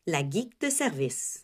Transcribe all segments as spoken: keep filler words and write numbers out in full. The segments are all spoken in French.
La geek de service.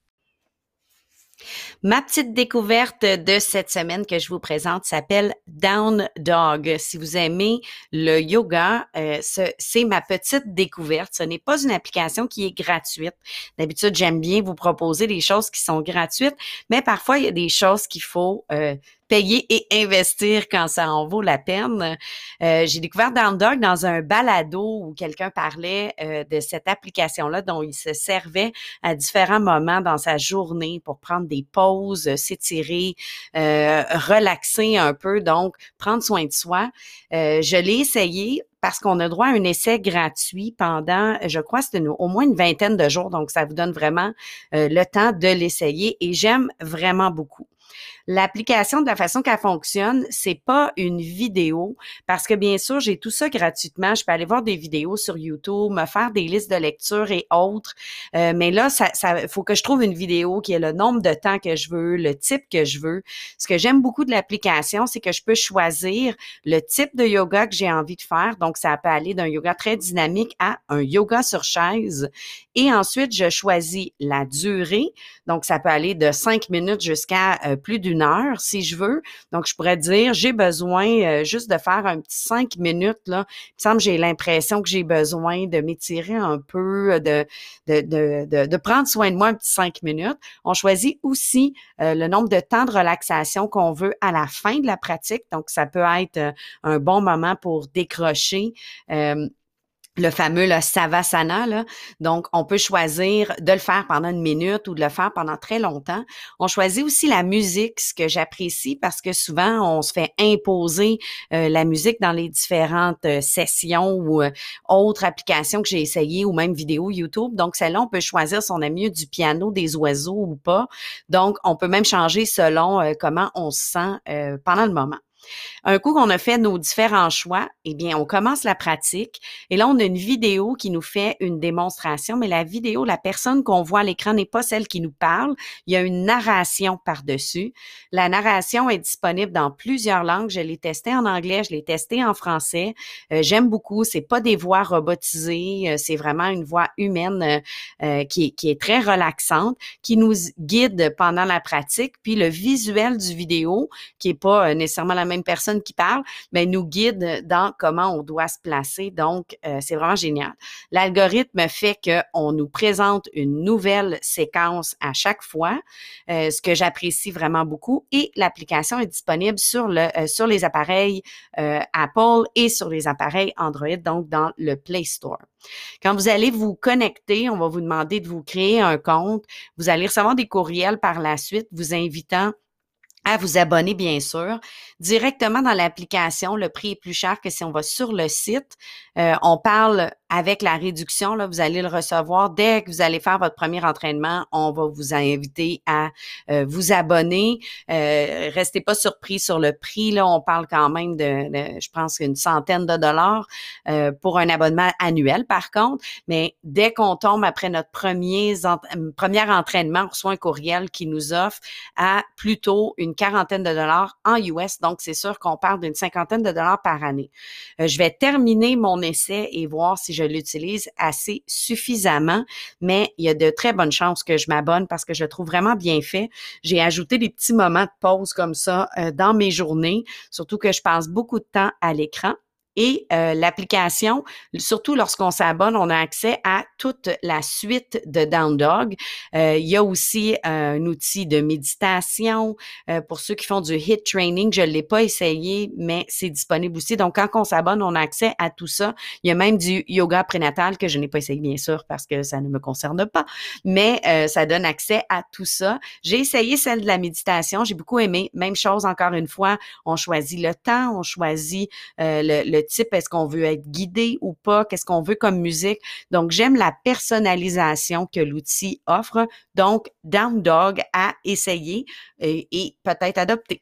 Ma petite découverte de cette semaine que je vous présente s'appelle Down Dog. Si vous aimez le yoga, euh, ce- c'est ma petite découverte. Ce n'est pas une application qui est gratuite. D'habitude, j'aime bien vous proposer des choses qui sont gratuites, mais parfois, il y a des choses qu'il faut euh, payer et investir quand ça en vaut la peine. Euh, j'ai découvert Down Dog dans un balado où quelqu'un parlait euh, de cette application-là dont il se servait à différents moments dans sa journée pour prendre des pauses, s'étirer, euh, relaxer un peu, donc prendre soin de soi. Euh, je l'ai essayé parce qu'on a droit à un essai gratuit pendant, je crois, c'est une- au moins une vingtaine de jours, donc ça vous donne vraiment euh, le temps de l'essayer et j'aime vraiment beaucoup. L'application, de la façon qu'elle fonctionne, c'est pas une vidéo parce que bien sûr, j'ai tout ça gratuitement. Je peux aller voir des vidéos sur YouTube, me faire des listes de lecture et autres. Euh, mais là, ça, ça, faut que je trouve une vidéo qui ait le nombre de temps que je veux, le type que je veux. Ce que j'aime beaucoup de l'application, c'est que je peux choisir le type de yoga que j'ai envie de faire. Donc, ça peut aller d'un yoga très dynamique à un yoga sur chaise. Et ensuite, je choisis la durée. Donc, ça peut aller de cinq minutes jusqu'à euh, plus d'une heure si je veux. Donc, je pourrais dire, j'ai besoin euh, juste de faire un petit cinq minutes, là. Il me semble que j'ai l'impression que j'ai besoin de m'étirer un peu, de, de, de, de, de prendre soin de moi un petit cinq minutes. On choisit aussi euh, le nombre de temps de relaxation qu'on veut à la fin de la pratique. Donc, ça peut être euh, un bon moment pour décrocher. Euh, le fameux le Savasana, là. Donc, on peut choisir de le faire pendant une minute ou de le faire pendant très longtemps. On choisit aussi la musique, ce que j'apprécie parce que souvent, on se fait imposer euh, la musique dans les différentes euh, sessions ou euh, autres applications que j'ai essayées ou même vidéos YouTube. Donc, celle-là, on peut choisir si on aime mieux du piano, des oiseaux ou pas. Donc, on peut même changer selon euh, comment on se sent euh, pendant le moment. Un coup qu'on a fait nos différents choix, eh bien, on commence la pratique et là, on a une vidéo qui nous fait une démonstration, mais la vidéo, la personne qu'on voit à l'écran n'est pas celle qui nous parle. Il y a une narration par-dessus. La narration est disponible dans plusieurs langues. Je l'ai testé en anglais, je l'ai testé en français. Euh, j'aime beaucoup. C'est pas des voix robotisées, euh, c'est vraiment une voix humaine euh, euh, qui, est, qui est très relaxante, qui nous guide pendant la pratique. Puis le visuel du vidéo, qui est pas euh, nécessairement la même personne qui parle, mais nous guide dans comment on doit se placer. Donc, euh, c'est vraiment génial. L'algorithme fait qu'on nous présente une nouvelle séquence à chaque fois, euh, ce que j'apprécie vraiment beaucoup. Et l'application est disponible sur le euh, sur les appareils euh, Apple et sur les appareils Android, donc dans le Play Store. Quand vous allez vous connecter, on va vous demander de vous créer un compte. Vous allez recevoir des courriels par la suite vous invitant à vous abonner, bien sûr. Directement dans l'application, le prix est plus cher que si on va sur le site. Euh, on parle avec la réduction, là, vous allez le recevoir dès que vous allez faire votre premier entraînement. On va vous inviter à euh, vous abonner. Euh, restez pas surpris sur le prix. Là, on parle quand même de, de je pense, une centaine de dollars euh, pour un abonnement annuel, par contre. Mais dès qu'on tombe après notre premier, premier entraînement, on reçoit un courriel qui nous offre à plutôt une quarantaine de dollars en U S. Donc, c'est sûr qu'on parle d'une cinquantaine de dollars par année. Euh, je vais terminer mon essai et voir si je l'utilise assez suffisamment, mais il y a de très bonnes chances que je m'abonne parce que je le trouve vraiment bien fait. J'ai ajouté des petits moments de pause comme ça euh, dans mes journées, surtout que je passe beaucoup de temps à l'écran. Et euh, l'application, surtout lorsqu'on s'abonne, on a accès à toute la suite de Down Dog. Euh, il y a aussi euh, un outil de méditation euh, pour ceux qui font du HIIT training. Je ne l'ai pas essayé, mais c'est disponible aussi. Donc, quand on s'abonne, on a accès à tout ça. Il y a même du yoga prénatal que je n'ai pas essayé, bien sûr, parce que ça ne me concerne pas, mais euh, ça donne accès à tout ça. J'ai essayé celle de la méditation. J'ai beaucoup aimé. Même chose, encore une fois, on choisit le temps, on choisit euh, le, le type, est-ce qu'on veut être guidé ou pas, qu'est-ce qu'on veut comme musique. Donc, j'aime la personnalisation que l'outil offre. Donc, Down Dog à essayer et, et peut-être adopter.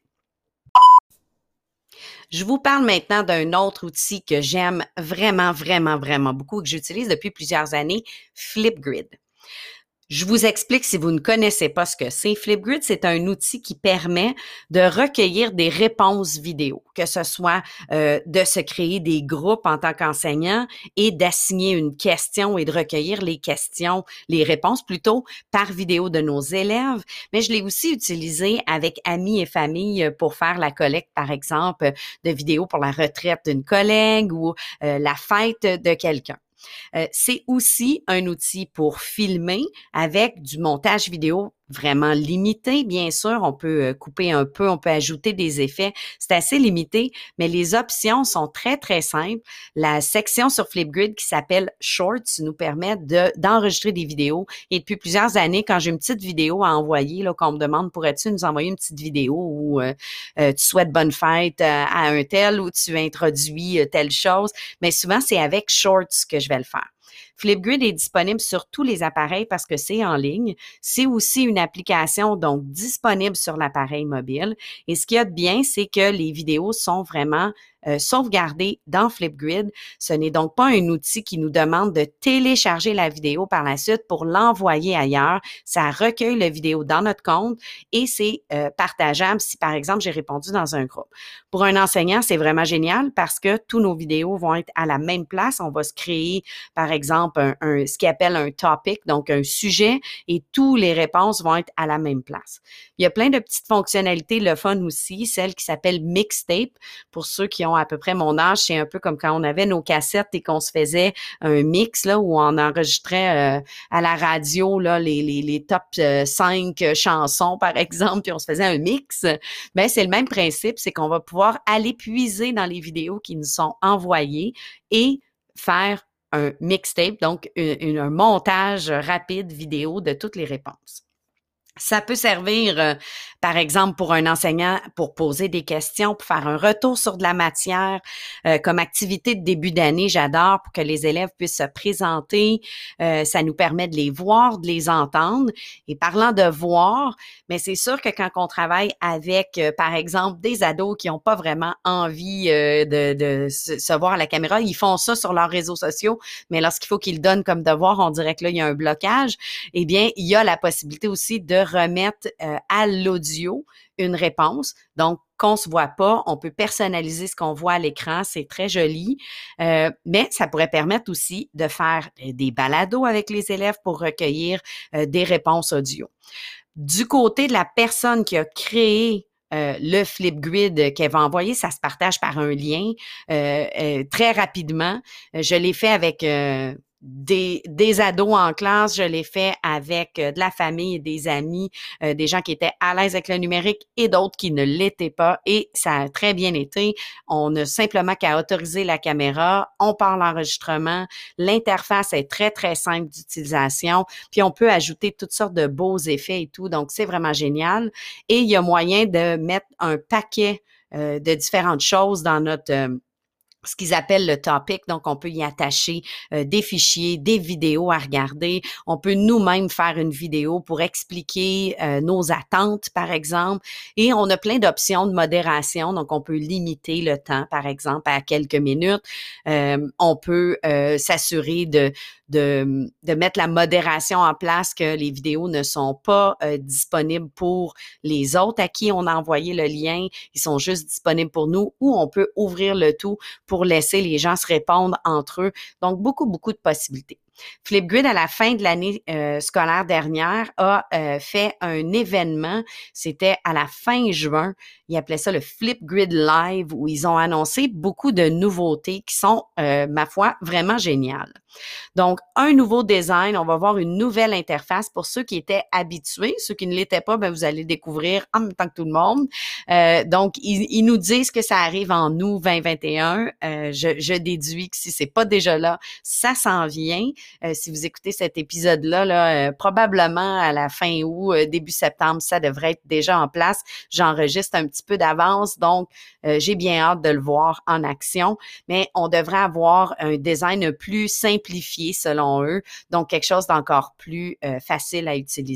Je vous parle maintenant d'un autre outil que j'aime vraiment, vraiment, vraiment beaucoup et que j'utilise depuis plusieurs années, Flipgrid. Je vous explique si vous ne connaissez pas ce que c'est. Flipgrid, c'est un outil qui permet de recueillir des réponses vidéo, que ce soit euh, de se créer des groupes en tant qu'enseignant et d'assigner une question et de recueillir les questions, les réponses plutôt par vidéo de nos élèves. Mais je l'ai aussi utilisé avec amis et famille pour faire la collecte, par exemple, de vidéos pour la retraite d'une collègue ou euh, la fête de quelqu'un. Euh, c'est aussi un outil pour filmer avec du montage vidéo vraiment limité, bien sûr. On peut euh, couper un peu, on peut ajouter des effets. C'est assez limité, mais les options sont très, très simples. La section sur Flipgrid qui s'appelle Shorts nous permet de, d'enregistrer des vidéos. Et depuis plusieurs années, quand j'ai une petite vidéo à envoyer, là, qu'on me demande, pourrais-tu nous envoyer une petite vidéo où euh, euh, tu souhaites bonne fête euh, à un tel ou tu introduis euh, telle chose, mais souvent, c'est avec Shorts que je vais le faire. Flipgrid est disponible sur tous les appareils parce que c'est en ligne. C'est aussi une application donc disponible sur l'appareil mobile. Et ce qu'il y a de bien, c'est que les vidéos sont vraiment euh, sauvegardées dans Flipgrid. Ce n'est donc pas un outil qui nous demande de télécharger la vidéo par la suite pour l'envoyer ailleurs. Ça recueille la vidéo dans notre compte et c'est euh, partageable si, par exemple, j'ai répondu dans un groupe. Pour un enseignant, c'est vraiment génial parce que tous nos vidéos vont être à la même place. On va se créer, par exemple, un, un, ce qu'il appelle un topic, donc un sujet, et toutes les réponses vont être à la même place. Il y a plein de petites fonctionnalités, le fun aussi, celle qui s'appelle Mixtape. Pour ceux qui ont à peu près mon âge, c'est un peu comme quand on avait nos cassettes et qu'on se faisait un mix, là, où on enregistrait euh, à la radio, là, les, les, les top cinq chansons, par exemple, puis on se faisait un mix. Bien, c'est le même principe, c'est qu'on va pouvoir aller puiser dans les vidéos qui nous sont envoyées et faire un mixtape, donc un, un montage rapide vidéo de toutes les réponses. Ça peut servir, euh, par exemple, pour un enseignant pour poser des questions, pour faire un retour sur de la matière, euh, comme activité de début d'année, j'adore, pour que les élèves puissent se présenter. Euh, ça nous permet de les voir, de les entendre. Et parlant de voir, mais c'est sûr que quand on travaille avec, euh, par exemple, des ados qui n'ont pas vraiment envie euh, de, de se, se voir à la caméra, ils font ça sur leurs réseaux sociaux, mais lorsqu'il faut qu'ils le donnent comme devoir, on dirait que là, il y a un blocage. Eh bien, il y a la possibilité aussi de remettre euh, à l'audio une réponse. Donc, qu'on se voit pas, on peut personnaliser ce qu'on voit à l'écran, c'est très joli, euh, mais ça pourrait permettre aussi de faire des balados avec les élèves pour recueillir euh, des réponses audio. Du côté de la personne qui a créé Euh, le Flipgrid qu'elle va envoyer, ça se partage par un lien euh, euh, très rapidement. Je l'ai fait avec euh, des, des ados en classe, je l'ai fait avec euh, de la famille et des amis, euh, des gens qui étaient à l'aise avec le numérique et d'autres qui ne l'étaient pas et ça a très bien été. On a simplement qu'à autoriser la caméra, on part l'enregistrement, l'interface est très, très simple d'utilisation, puis on peut ajouter toutes sortes de beaux effets et tout, donc c'est vraiment génial. Et il y a moyen de mettre un paquet euh, de différentes choses dans notre... Euh, ce qu'ils appellent le topic. Donc, on peut y attacher euh, des fichiers, des vidéos à regarder. On peut nous-mêmes faire une vidéo pour expliquer euh, nos attentes, par exemple. Et on a plein d'options de modération. Donc, on peut limiter le temps, par exemple, à quelques minutes. Euh, on peut euh, s'assurer de, de, de mettre la modération en place, que les vidéos ne sont pas euh, disponibles pour les autres à qui on a envoyé le lien. Ils sont juste disponibles pour nous, ou on peut ouvrir le tout pour laisser les gens se répondre entre eux. Donc, beaucoup, beaucoup de possibilités. Flipgrid, à la fin de l'année euh, scolaire dernière, a euh, fait un événement. C'était à la fin juin. Ils appelaient ça le Flipgrid Live, où ils ont annoncé beaucoup de nouveautés qui sont, euh, ma foi, vraiment géniales. Donc, un nouveau design, on va voir une nouvelle interface pour ceux qui étaient habitués. Ceux qui ne l'étaient pas, ben, vous allez découvrir en même temps que tout le monde. Euh, donc, ils, ils nous disent que ça arrive en août vingt vingt et un. Euh, je, je déduis que si c'est pas déjà là, ça s'en vient. Euh, si vous écoutez cet épisode-là, là, euh, probablement à la fin août, euh, début septembre, ça devrait être déjà en place. J'enregistre un petit peu d'avance, donc euh, j'ai bien hâte de le voir en action. Mais on devrait avoir un design plus simplifié selon eux, donc quelque chose d'encore plus euh, facile à utiliser.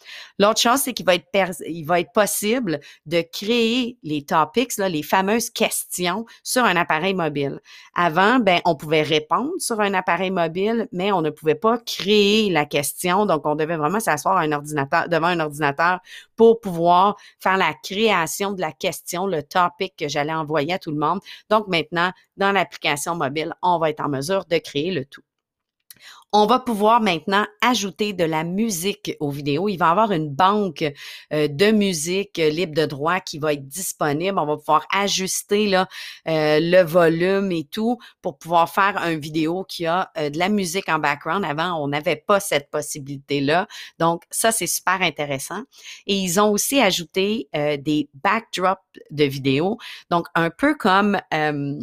L'autre chose, c'est qu'il va être pers- il va être possible de créer les topics, là, les fameuses questions sur un appareil mobile. Avant, ben, on pouvait répondre sur un appareil mobile, mais on ne pouvait pas créer la question. Donc, on devait vraiment s'asseoir à un ordinateur, devant un ordinateur pour pouvoir faire la création de la question, le topic que j'allais envoyer à tout le monde. Donc, maintenant, dans l'application mobile, on va être en mesure de créer le tout. On va pouvoir maintenant ajouter de la musique aux vidéos. Il va y avoir une banque euh, de musique euh, libre de droit qui va être disponible. On va pouvoir ajuster là, euh, le volume et tout pour pouvoir faire une vidéo qui a euh, de la musique en background. Avant, on n'avait pas cette possibilité-là. Donc, ça, c'est super intéressant. Et ils ont aussi ajouté euh, des backdrops de vidéos. Donc, un peu comme... Euh,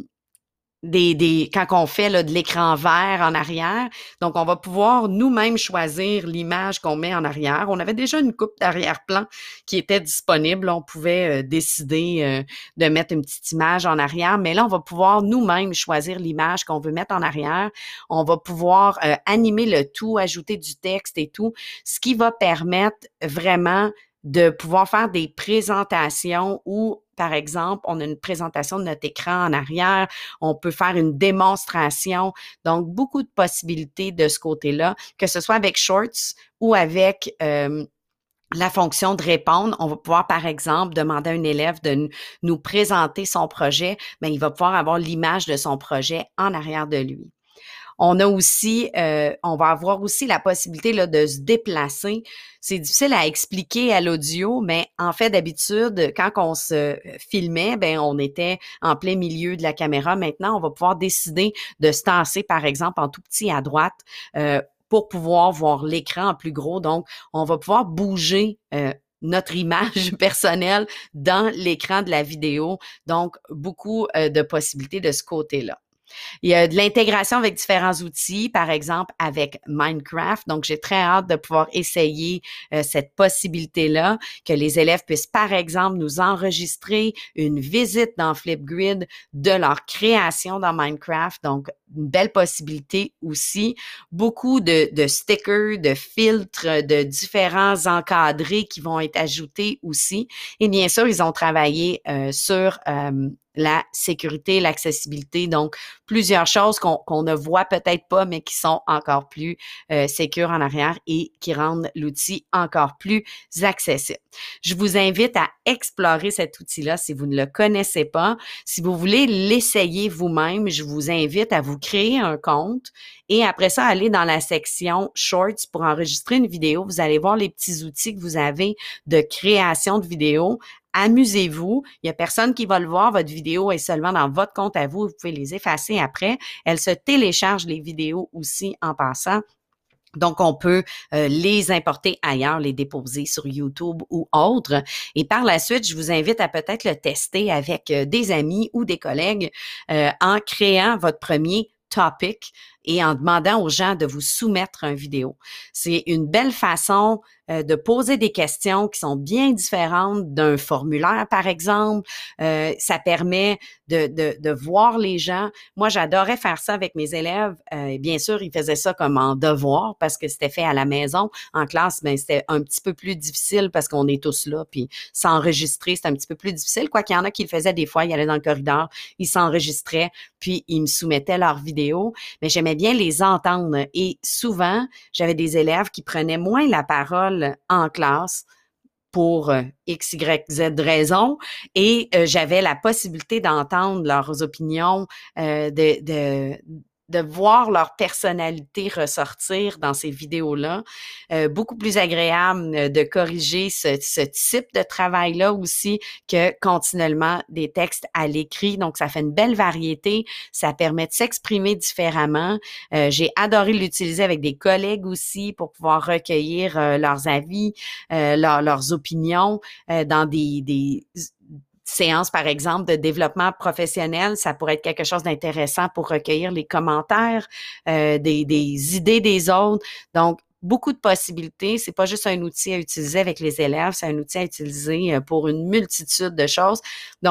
des, des quand on fait là, de l'écran vert en arrière. Donc, on va pouvoir nous-mêmes choisir l'image qu'on met en arrière. On avait déjà une coupe d'arrière-plan qui était disponible. On pouvait euh, décider euh, de mettre une petite image en arrière, mais là, on va pouvoir nous-mêmes choisir l'image qu'on veut mettre en arrière. On va pouvoir euh, animer le tout, ajouter du texte et tout, ce qui va permettre vraiment de pouvoir faire des présentations où, par exemple, on a une présentation de notre écran en arrière, on peut faire une démonstration. Donc, beaucoup de possibilités de ce côté-là, que ce soit avec Shorts ou avec euh, la fonction de répondre. On va pouvoir, par exemple, demander à un élève de nous présenter son projet, mais il va pouvoir avoir l'image de son projet en arrière de lui. On a aussi, euh, on va avoir aussi la possibilité là, de se déplacer. C'est difficile à expliquer à l'audio, mais en fait, d'habitude, quand on se filmait, ben on était en plein milieu de la caméra. Maintenant, on va pouvoir décider de se tasser, par exemple, en tout petit à droite euh, pour pouvoir voir l'écran en plus gros. Donc, on va pouvoir bouger euh, notre image personnelle dans l'écran de la vidéo. Donc, beaucoup euh, de possibilités de ce côté-là. Il y a de l'intégration avec différents outils, par exemple avec Minecraft. Donc, j'ai très hâte de pouvoir essayer euh, cette possibilité-là, que les élèves puissent, par exemple, nous enregistrer une visite dans Flipgrid de leur création dans Minecraft. Donc, une belle possibilité aussi. Beaucoup de, de stickers, de filtres, de différents encadrés qui vont être ajoutés aussi. Et bien sûr, ils ont travaillé euh, sur euh, la sécurité, l'accessibilité, donc plusieurs choses qu'on qu'on ne voit peut-être pas, mais qui sont encore plus euh, sécures en arrière et qui rendent l'outil encore plus accessible. Je vous invite à explorer cet outil-là si vous ne le connaissez pas. Si vous voulez l'essayer vous-même, je vous invite à vous créer un compte et après ça, aller dans la section Shorts pour enregistrer une vidéo. Vous allez voir les petits outils que vous avez de création de vidéos. Amusez-vous. Il n'y a personne qui va le voir. Votre vidéo est seulement dans votre compte à vous. Vous pouvez les effacer après. Elle se télécharge les vidéos aussi en passant. Donc, on peut euh, les importer ailleurs, les déposer sur YouTube ou autre. Et par la suite, je vous invite à peut-être le tester avec euh, des amis ou des collègues euh, en créant votre premier topic et en demandant aux gens de vous soumettre une vidéo. C'est une belle façon euh, de poser des questions qui sont bien différentes d'un formulaire, par exemple. Euh, ça permet de, de, de voir les gens. Moi, j'adorais faire ça avec mes élèves. Euh, bien sûr, ils faisaient ça comme en devoir parce que c'était fait à la maison. En classe, ben c'était un petit peu plus difficile parce qu'on est tous là, puis s'enregistrer, c'est un petit peu plus difficile. Quoi qu'il y en a qui le faisaient des fois, ils allaient dans le corridor, ils s'enregistraient, puis ils me soumettaient leurs vidéos. Mais j'aimais bien les entendre. Et souvent, j'avais des élèves qui prenaient moins la parole en classe pour euh, X, Y, Z raisons et euh, j'avais la possibilité d'entendre leurs opinions, euh, de, de, de voir leur personnalité ressortir dans ces vidéos-là. Euh, beaucoup plus agréable euh, de corriger ce, ce type de travail-là aussi que continuellement des textes à l'écrit. Donc, ça fait une belle variété. Ça permet de s'exprimer différemment. Euh, j'ai adoré l'utiliser avec des collègues aussi pour pouvoir recueillir euh, leurs avis, euh, leur, leurs opinions euh, dans des, des séance, par exemple, de développement professionnel, ça pourrait être quelque chose d'intéressant pour recueillir les commentaires, euh, des, des idées des autres. Donc, beaucoup de possibilités. C'est pas juste un outil à utiliser avec les élèves, c'est un outil à utiliser pour une multitude de choses. Donc,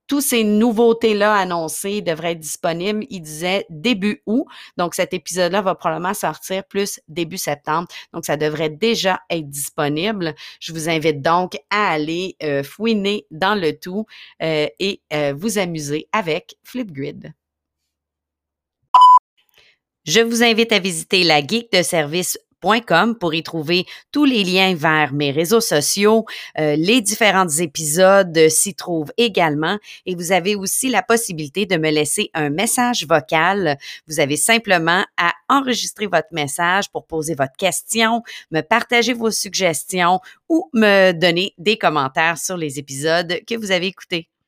tous ces nouveautés-là annoncées devraient être disponibles. Il disait début août. Donc, cet épisode-là va probablement sortir plus début septembre. Donc, ça devrait déjà être disponible. Je vous invite donc à aller euh, fouiner dans le tout euh, et euh, vous amuser avec Flipgrid. Je vous invite à visiter la geek de service point com pour y trouver tous les liens vers mes réseaux sociaux. Euh, les différents épisodes euh, s'y trouvent également et vous avez aussi la possibilité de me laisser un message vocal. Vous avez simplement à enregistrer votre message pour poser votre question, me partager vos suggestions ou me donner des commentaires sur les épisodes que vous avez écoutés.